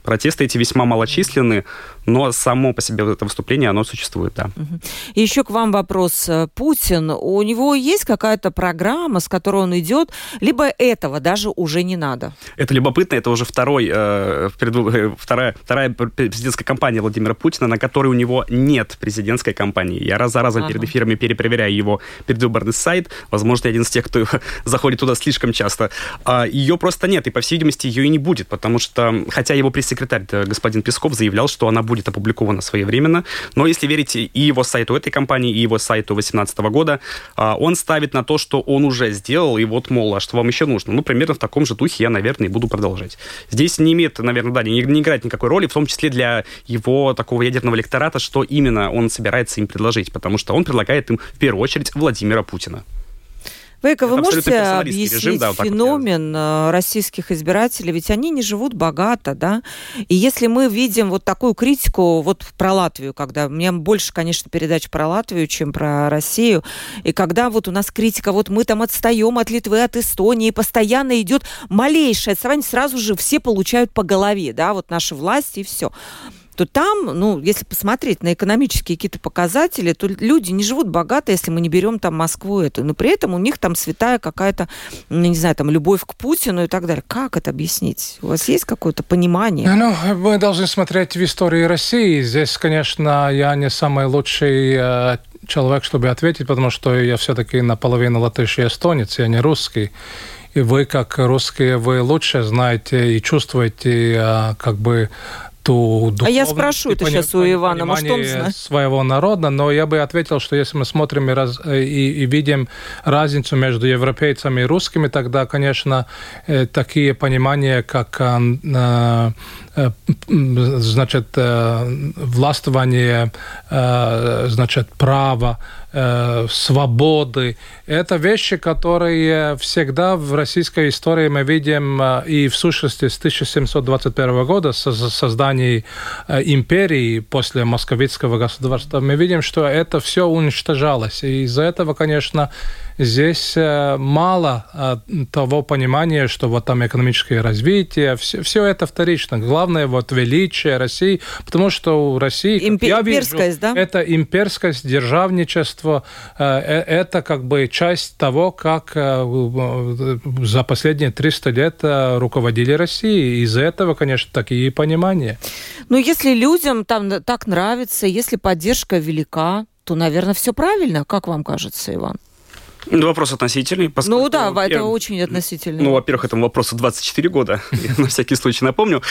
Протесты эти весьма малочисленны, но само по себе это выступление, оно существует, да. И еще к вам вопрос. Путин, у него есть какая-то программа, с которой он идет, либо этого даже уже не надо? Это любопытно, это уже вторая президентская кампания Владимира Путина, на которой у него нет президентской кампании. Я раз за разом перед эфирами перепроверяю его предвыборный сайт. Возможно, я один из тех, кто заходит туда слишком часто. Ее просто нет, и, по всей видимости, ее и не будет, потому что, хотя его пресс-секретарь господин Песков заявлял, что она будет опубликована своевременно, но если верить и его сайту этой компании, и его сайту 2018 года, он ставит на то, что он уже сделал, и вот, мол, а что вам еще нужно? Ну, примерно в таком же духе я, наверное, и буду продолжать. Здесь не имеет, наверное, да, не играет никакой роли, в том числе для его такого ядерного электората, что именно он собирается им предложить, потому что он предлагает им, в первую очередь, Владимира Путина. Вейка, вы можете объяснить режим, да, феномен российских избирателей? Ведь они не живут богато, да? И если мы видим вот такую критику вот про Латвию, когда... У меня больше, конечно, передач про Латвию, чем про Россию. И когда вот у нас критика, вот мы там отстаем от Литвы, от Эстонии, постоянно идет малейшее отставание, сразу же все получают по голове, да, вот наши власти и все. То там, ну, если посмотреть на экономические какие-то показатели, то люди не живут богато, если мы не берем там Москву эту. Но при этом у них там святая какая-то, не знаю, там любовь к Путину и так далее. Как это объяснить? У вас есть какое-то понимание? Ну, мы должны смотреть в истории России. Здесь, конечно, я не самый лучший человек, чтобы ответить, потому что я все-таки наполовину латыш и эстонец, я не русский. И вы, как русские, вы лучше знаете и чувствуете, как бы, ту духовность. А я спрошу это сейчас у Ивана, может, он знает своего народа, но я бы ответил, что если мы смотрим и видим разницу между европейцами и русскими, тогда, конечно, такие понимания, как значит, властвование, значит, право, свободы. Это вещи, которые всегда в российской истории мы видим и в сущности с 1721 года, с созданием империи после московитского государства, мы видим, что это все уничтожалось. И из-за этого, конечно, здесь мало того понимания, что вот там экономическое развитие, все это вторично. Главное вот величие России, потому что у России, как я вижу, да? Это имперскость, державничество, это как бы часть того, как за последние 300 лет руководили Россией. Из-за этого, конечно, такие понимания. Но если людям там так нравится, если поддержка велика, то, наверное, все правильно. Как вам кажется, Иван? Вопрос относительный. Поскольку, ну да, это очень относительный. Ну, во-первых, этому вопросу 24 года, на всякий случай напомню.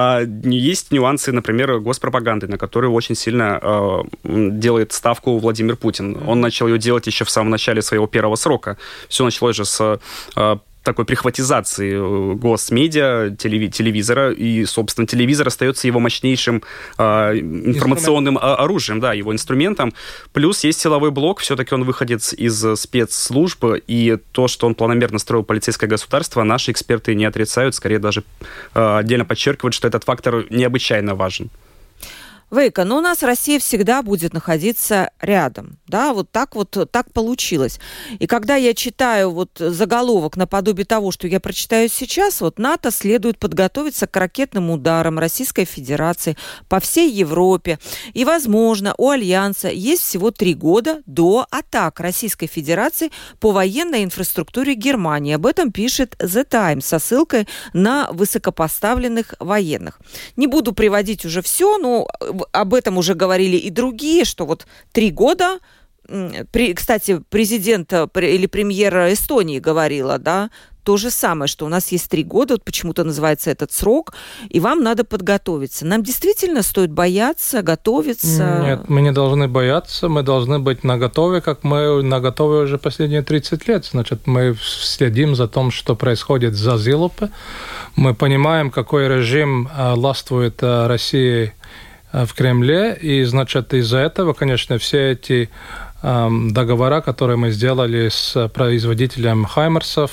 Есть нюансы, например, госпропаганды, на которую очень сильно делает ставку Владимир Путин. Он начал ее делать еще в самом начале своего первого срока. Все началось же с такой прихватизации госмедиа, телевизора, и, собственно, телевизор остается его мощнейшим информационным оружием, да, его инструментом. Плюс есть силовой блок, все-таки он выходец из спецслужб, и то, что он планомерно строил полицейское государство, наши эксперты не отрицают, скорее даже отдельно подчеркивают, что этот фактор необычайно важен. Вейка, но у нас Россия всегда будет находиться рядом, да, вот так получилось. И когда я читаю вот заголовок наподобие того, что я прочитаю сейчас, вот НАТО следует подготовиться к ракетным ударам Российской Федерации по всей Европе. И, возможно, у Альянса есть всего 3 года до атак Российской Федерации по военной инфраструктуре Германии. Об этом пишет The Times со ссылкой на высокопоставленных военных. Не буду приводить уже все, но об этом уже говорили и другие, что вот 3 года, кстати, президент или премьер Эстонии говорила, да, то же самое, что у нас есть 3 года, вот почему-то называется этот срок, и вам надо подготовиться. Нам действительно стоит бояться, готовиться? Нет, мы не должны бояться, мы должны быть наготове, как мы наготове уже последние 30 лет. Значит, мы следим за тем, что происходит за Зилупе. Мы понимаем, какой режим властвует Россией в Кремле, и, значит, из-за этого, конечно, все эти договора, которые мы сделали с производителем «Хаймерсов»,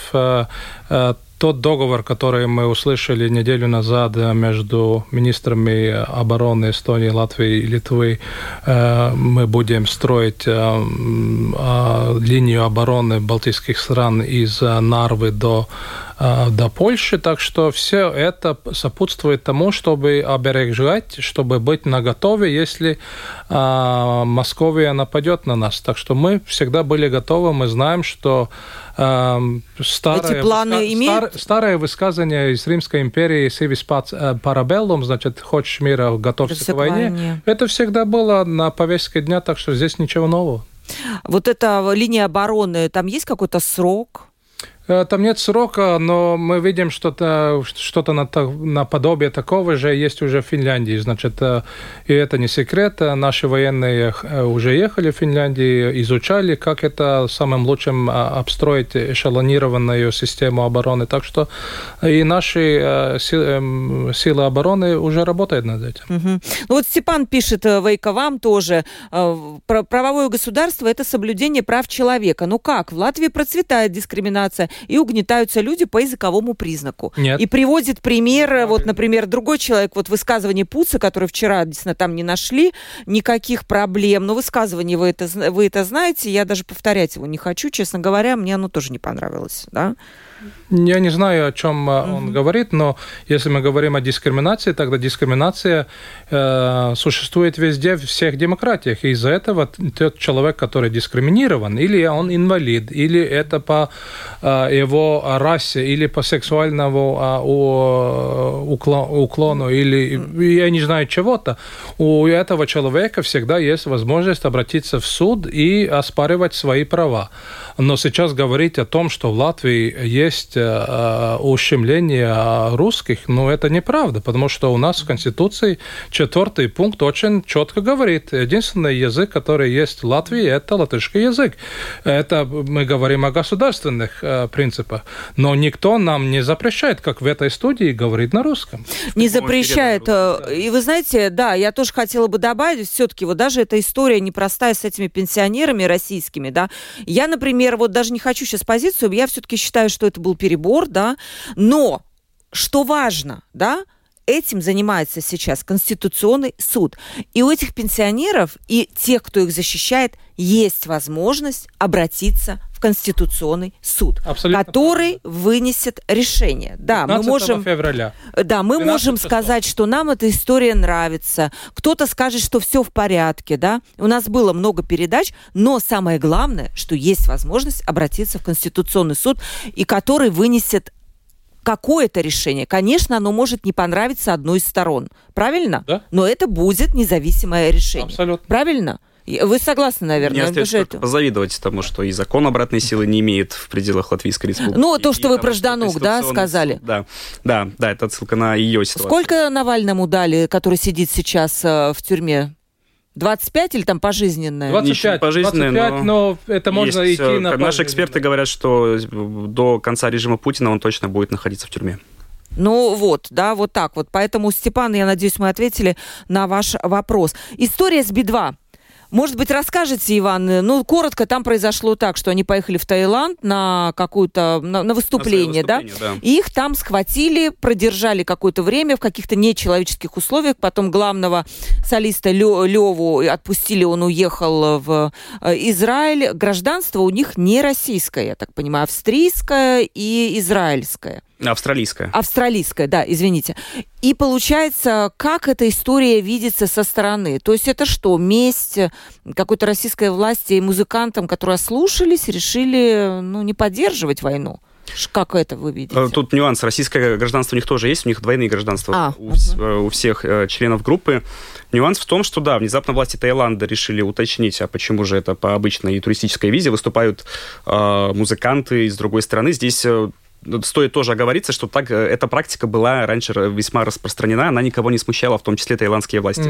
тот договор, который мы услышали неделю назад между министрами обороны Эстонии, Латвии и Литвы, мы будем строить линию обороны балтийских стран из Нарвы до до Польши. Так что все это сопутствует тому, чтобы оберегать, чтобы быть наготове, если Московия нападет на нас. Так что мы всегда были готовы, мы знаем, что старое высказывание из Римской империи «Civis parabellum», значит, хочешь мира, готовься к войне. Это всегда было на повестке дня, так что здесь ничего нового. Вот эта линия обороны, там есть какой-то срок? Там нет срока, но мы видим что-то наподобие такого же есть уже в Финляндии. Значит, и это не секрет. Наши военные уже ехали в Финляндию, изучали, как это самым лучшим обстроить эшелонированную систему обороны. Так что и наши силы обороны уже работают над этим. Угу. Ну вот Степан пишет, Вейка, вам тоже. Правовое государство – это соблюдение прав человека. Ну как? В Латвии процветает дискриминация и угнетаются люди по языковому признаку. Нет. И приводит пример, вот, например, другой человек, вот высказывание Пуца, который вчера, действительно, там не нашли никаких проблем, но высказывание вы это знаете, я даже повторять его не хочу, честно говоря, мне оно тоже не понравилось, да? Я не знаю, о чем он говорит, но если мы говорим о дискриминации, тогда дискриминация существует везде, в всех демократиях. И из-за этого тот человек, который дискриминирован, или он инвалид, или это по его расе, или по сексуальному уклону, или я не знаю чего-то, у этого человека всегда есть возможность обратиться в суд и оспаривать свои права. Но сейчас говорить о том, что в Латвии есть ущемление русских, ну, это неправда, потому что у нас в Конституции 4 пункт очень четко говорит, единственный язык, который есть в Латвии, это латышский язык. Это мы говорим о государственных принципах, но никто нам не запрещает, как в этой студии, говорить на русском. Не запрещает. И вы знаете, да, я тоже хотела бы добавить, все-таки вот даже эта история непростая с этими пенсионерами российскими, да. Я, например, вот даже не хочу сейчас позицию, я все-таки считаю, что это был перебор, да, но что важно, да, этим занимается сейчас Конституционный суд. И у этих пенсионеров и тех, кто их защищает, есть возможность обратиться в Конституционный суд, абсолютно который вынесет решение. Да, 15 мы можем, февраля. Да, мы можем сказать, что нам эта история нравится. Кто-то скажет, что все в порядке, да. У нас было много передач, но самое главное, что есть возможность обратиться в Конституционный суд, и который вынесет какое-то решение. Конечно, оно может не понравиться одной из сторон. Правильно? Да. Но это будет независимое решение. Абсолютно. Правильно? Вы согласны, наверное? Мне остается только позавидовать тому, что и закон обратной силы не имеет в пределах Латвийской Республики. Ну, то, что вы про Жданук, да, сказали? Да, это отсылка на ее ситуацию. Сколько Навальному дали, который сидит сейчас в тюрьме? 25 или там пожизненное? 25, пожизненное, 25, но это можно есть, идти на... Наши эксперты говорят, что до конца режима Путина он точно будет находиться в тюрьме. Ну вот, да, вот так вот. Поэтому, Степан, я надеюсь, мы ответили на ваш вопрос. История с Би-2. Может быть, расскажете, Иван, ну, коротко, там произошло так, что они поехали в Таиланд на какое-то, на выступление, да? И их там схватили, продержали какое-то время в каких-то нечеловеческих условиях, потом главного солиста Леву отпустили, он уехал в Израиль. Гражданство у них не российское, я так понимаю, австрийское и израильское. Австралийская, да, извините. И получается, как эта история видится со стороны? То есть это что, месть какой-то российской власти и музыкантам, которые ослушались, решили, ну, не поддерживать войну? Как это вы видите? Тут нюанс. Российское гражданство у них тоже есть, у них двойные гражданства у всех членов группы. Нюанс в том, что, да, внезапно власти Таиланда решили уточнить, а почему же это по обычной туристической визе выступают музыканты из другой страны. Здесь... Стоит тоже оговориться, что так эта практика была раньше весьма распространена, она никого не смущала, в том числе таиландские власти.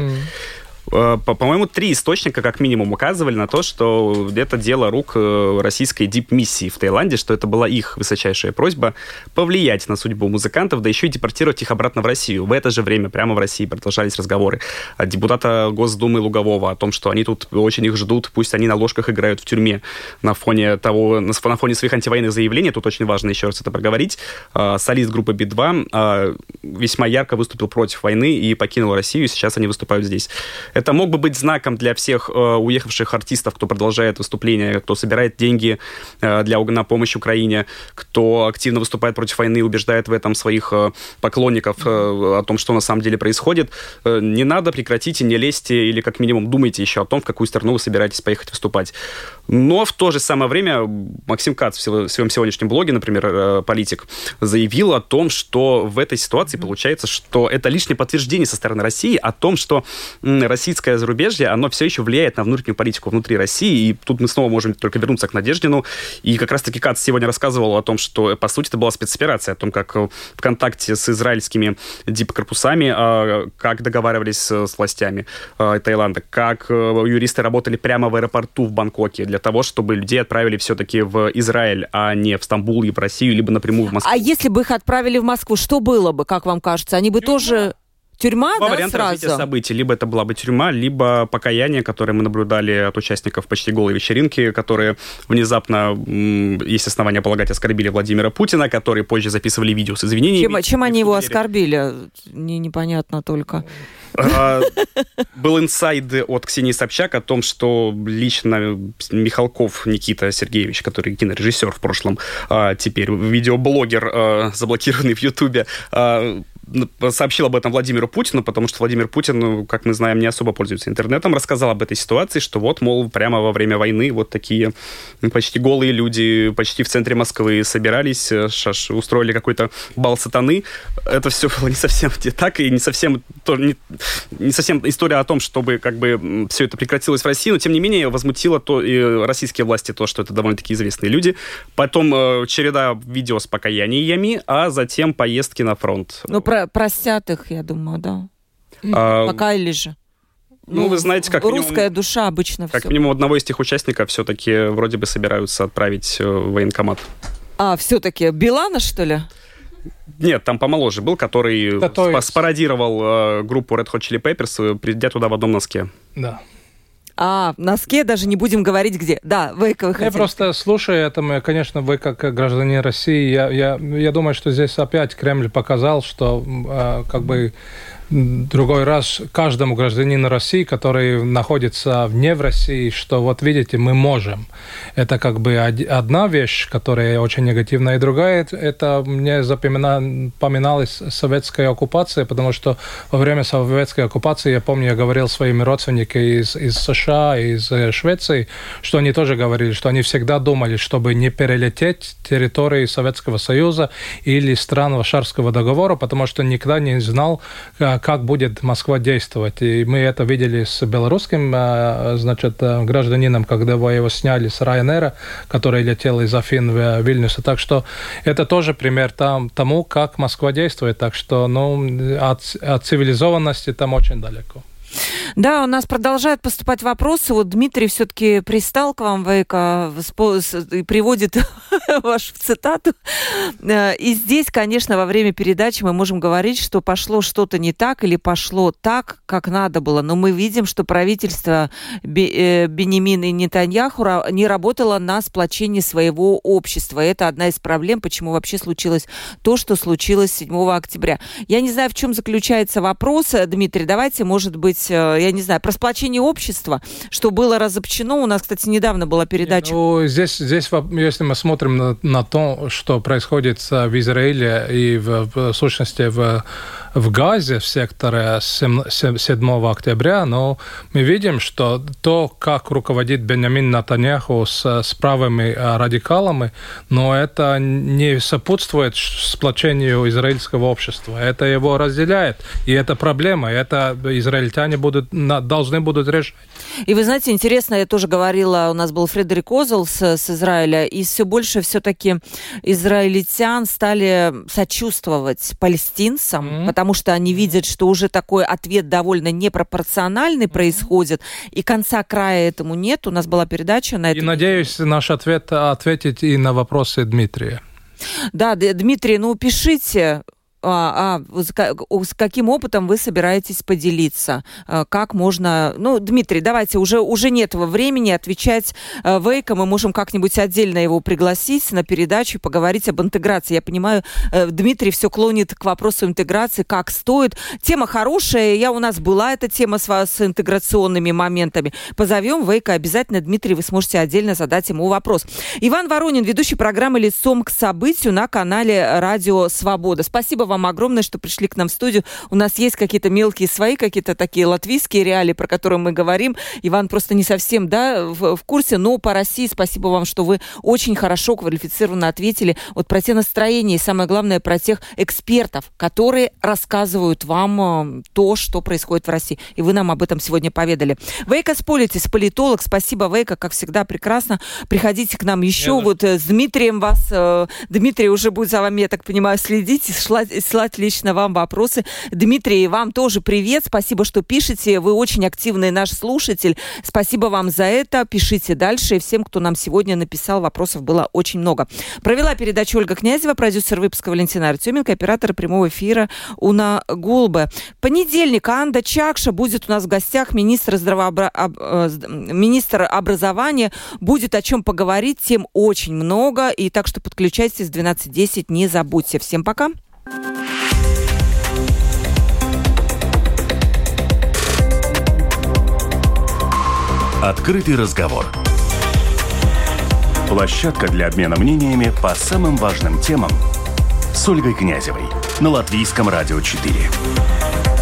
По-моему, 3 источника, как минимум, указывали на то, что это дело рук российской дипмиссии в Таиланде, что это была их высочайшая просьба повлиять на судьбу музыкантов, да еще и депортировать их обратно в Россию. В это же время прямо в России продолжались разговоры депутата Госдумы Лугового о том, что они тут очень их ждут, пусть они на ложках играют в тюрьме на фоне своих антивоенных заявлений. Тут очень важно еще раз это проговорить. Солист группы Би-2 весьма ярко выступил против войны и покинул Россию, сейчас они выступают здесь. Это мог бы быть знаком для всех уехавших артистов, кто продолжает выступления, кто собирает деньги на помощь Украине, кто активно выступает против войны и убеждает в этом своих поклонников о том, что на самом деле происходит. Не надо, прекратите, не лезьте или как минимум думайте еще о том, в какую страну вы собираетесь поехать выступать. Но в то же самое время Максим Кац в своем сегодняшнем блоге, например, политик, заявил о том, что в этой ситуации получается, что это лишнее подтверждение со стороны России о том, что российское зарубежье, оно все еще влияет на внутреннюю политику внутри России, и тут мы снова можем только вернуться к Надеждину. И как раз-таки Кац сегодня рассказывал о том, что, по сути, это была спецоперация, о том, как в контакте с израильскими дипкорпусами, как договаривались с властями Таиланда, как юристы работали прямо в аэропорту в Бангкоке для того, чтобы людей отправили все-таки в Израиль, а не в Стамбул и в Россию, либо напрямую в Москву. А если бы их отправили в Москву, что было бы, как вам кажется? Они бы тоже... Тюрьма, Два да, варианта сразу? развития событий. Либо это была бы тюрьма, либо покаяние, которое мы наблюдали от участников почти голой вечеринки, которые внезапно, есть основания полагать, оскорбили Владимира Путина, которые позже записывали видео с извинениями. Чем они его оскорбили? Непонятно только. Был инсайд от Ксении Собчак о том, что лично Михалков Никита Сергеевич, который кинорежиссер в прошлом, теперь видеоблогер, заблокированный в Ютубе, сообщил об этом Владимиру Путину, потому что Владимир Путин, как мы знаем, не особо пользуется интернетом, рассказал об этой ситуации, что вот, мол, прямо во время войны вот такие почти голые люди почти в центре Москвы собирались, устроили какой-то бал сатаны. Это все было не совсем так, и не совсем история о том, чтобы как бы все это прекратилось в России, но тем не менее возмутило и российские власти то, что это довольно-таки известные люди. Потом череда видео с покаяниями, а затем поездки на фронт. Ну, простят их, я думаю, да. Покаяли же. Ну, вы знаете, как минимум... Русская душа обычно как все. минимум одного из этих участников все-таки вроде бы собираются отправить в военкомат. Все-таки Билана, что ли? Нет, там помоложе был, который спародировал группу Red Hot Chili Peppers, придя туда в одном носке. Да. В носке, даже не будем говорить где. Да, Вейка, вы хотели. Я просто слушаю это, конечно, вы как гражданин России, я думаю, что здесь опять Кремль показал, что как бы другой раз каждому гражданину России, который находится вне в России, что вот видите, мы можем. Это как бы одна вещь, которая очень негативная, и другая, это мне запоминалась советская оккупация, потому что во время советской оккупации, я помню, я говорил своими родственниками из США, из Швеции, что они тоже говорили, что они всегда думали, чтобы не перелететь территории Советского Союза или стран Варшавского договора, потому что никогда не знал, как будет Москва действовать. И мы это видели с белорусским, значит, гражданином, когда его сняли с Ryanair, который летел из Афин в Вильнюс. Так что это тоже пример тому, как Москва действует. Так что от цивилизованности там очень далеко. Да, у нас продолжают поступать вопросы. Вот Дмитрий все-таки пристал к вам, Вейка, и приводит вашу цитату. И здесь, конечно, во время передачи мы можем говорить, что пошло что-то не так или пошло так, как надо было. Но мы видим, что правительство Беньямина Нетаньяху не работало на сплочении своего общества. И это одна из проблем, почему вообще случилось то, что случилось 7 октября. Я не знаю, в чем заключается вопрос, Дмитрий. Давайте, может быть, я не знаю, про сплочение общества, что было разобщено. У нас, кстати, недавно была передача. Здесь, если мы смотрим на то, что происходит в Израиле и в сущности в Газе, в секторе 7 октября, но мы видим, что то, как руководит Беньямин Нетаньяху с правыми радикалами, но это не сопутствует сплочению израильского общества. Это его разделяет. И это проблема. Это израильтяне должны будут решать. И вы знаете, интересно, я тоже говорила, у нас был Фредерик Озел с Израиля, и все больше все-таки израильтян стали сочувствовать палестинцам, потому что они видят, что уже такой ответ довольно непропорциональный происходит, и конца края этому нет. У нас была передача на это. И надеюсь, наш ответить и на вопросы Дмитрия. Да, Дмитрий, пишите. с каким опытом вы собираетесь поделиться? Как можно... Ну, Дмитрий, давайте, уже нет времени отвечать Вейко. Мы можем как-нибудь отдельно его пригласить на передачу и поговорить об интеграции. Я понимаю, Дмитрий все клонит к вопросу интеграции, как стоит. Тема хорошая. У нас была эта тема с интеграционными моментами. Позовем Вейко обязательно. Дмитрий, вы сможете отдельно задать ему вопрос. Иван Воронин, ведущий программы «Лицом к событию» на канале «Радио Свобода». Спасибо вам огромное, что пришли к нам в студию. У нас есть какие-то мелкие свои, какие-то такие латвийские реалии, про которые мы говорим. Иван просто не совсем, в курсе, но по России спасибо вам, что вы очень хорошо, квалифицированно ответили вот про те настроения и, самое главное, про тех экспертов, которые рассказывают вам то, что происходит в России. И вы нам об этом сегодня поведали. Вейко Сполитис, политолог. Спасибо, Вейко, как всегда, прекрасно. Приходите к нам еще. Вот с Дмитрием Дмитрий уже будет за вами, я так понимаю, следить и слать лично вам вопросы. Дмитрий, вам тоже привет. Спасибо, что пишете. Вы очень активный наш слушатель. Спасибо вам за это. Пишите дальше. И всем, кто нам сегодня написал, вопросов было очень много. Провела передачу Ольга Князева, продюсер выпуска Валентина Артеменко, оператор прямого эфира Уна Гулбе. Понедельник. Анда Чакша будет у нас в гостях, министр образования. Будет о чем поговорить. Тем очень много. И так что подключайтесь в 12:10. Не забудьте. Всем пока. Открытый разговор. Площадка для обмена мнениями по самым важным темам с Ольгой Князевой на Латвийском радио 4.